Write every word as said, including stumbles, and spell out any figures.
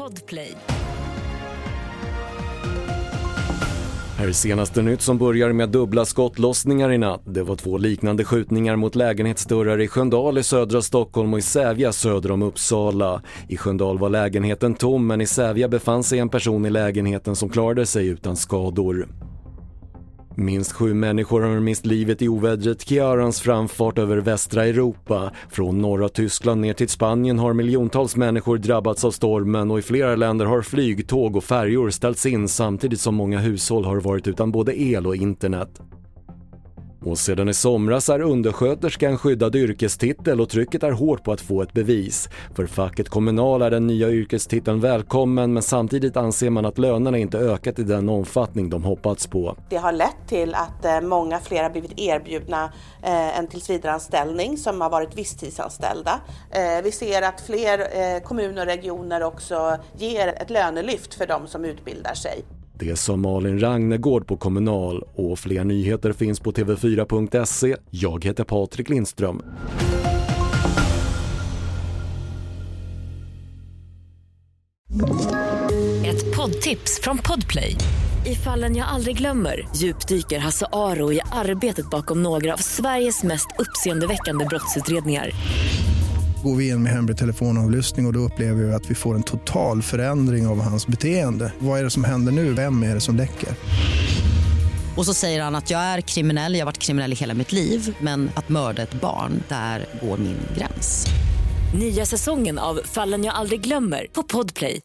Podplay. Här är senaste nytt som börjar med dubbla skottlossningar i natt. Det var två liknande skjutningar mot lägenhetsdörrar i Sköndal i södra Stockholm och i Sävja söder om Uppsala. I Sköndal var lägenheten tom, men i Sävja befann sig en person i lägenheten som klarade sig utan skador. Minst sju människor har mist livet i ovädret Kiarans framfart över västra Europa. Från norra Tyskland ner till Spanien har miljontals människor drabbats av stormen och i flera länder har flyg, tåg och färjor ställts in samtidigt som många hushåll har varit utan både el och internet. Och sedan i somras är undersköterska en skyddad yrkestitel och trycket är hårt på att få ett bevis. För facket Kommunal är den nya yrkestiteln välkommen, men samtidigt anser man att lönerna inte ökat i den omfattning de hoppats på. Det har lett till att många fler har blivit erbjudna en tillsvidareanställning som har varit visstidsanställda. Vi ser att fler kommuner och regioner också ger ett lönelyft för de som utbildar sig. Det sa Malin Ragnegård på Kommunal, och fler nyheter finns på t v fyra punkt se. Jag heter Patrik Lindström. Ett poddtips från Podplay. I Fallen jag aldrig glömmer djupdyker Hasse Aro i arbetet bakom några av Sveriges mest uppseendeväckande brottsutredningar. Går vi in med hemlig telefonavlyssning och då upplever vi att vi får en total förändring av hans beteende. Vad är det som händer nu? Vem är det som läcker? Och så säger han att jag är kriminell, jag har varit kriminell i hela mitt liv. Men att mörda ett barn, där går min gräns. Nya säsongen av Fallen jag aldrig glömmer på Podplay.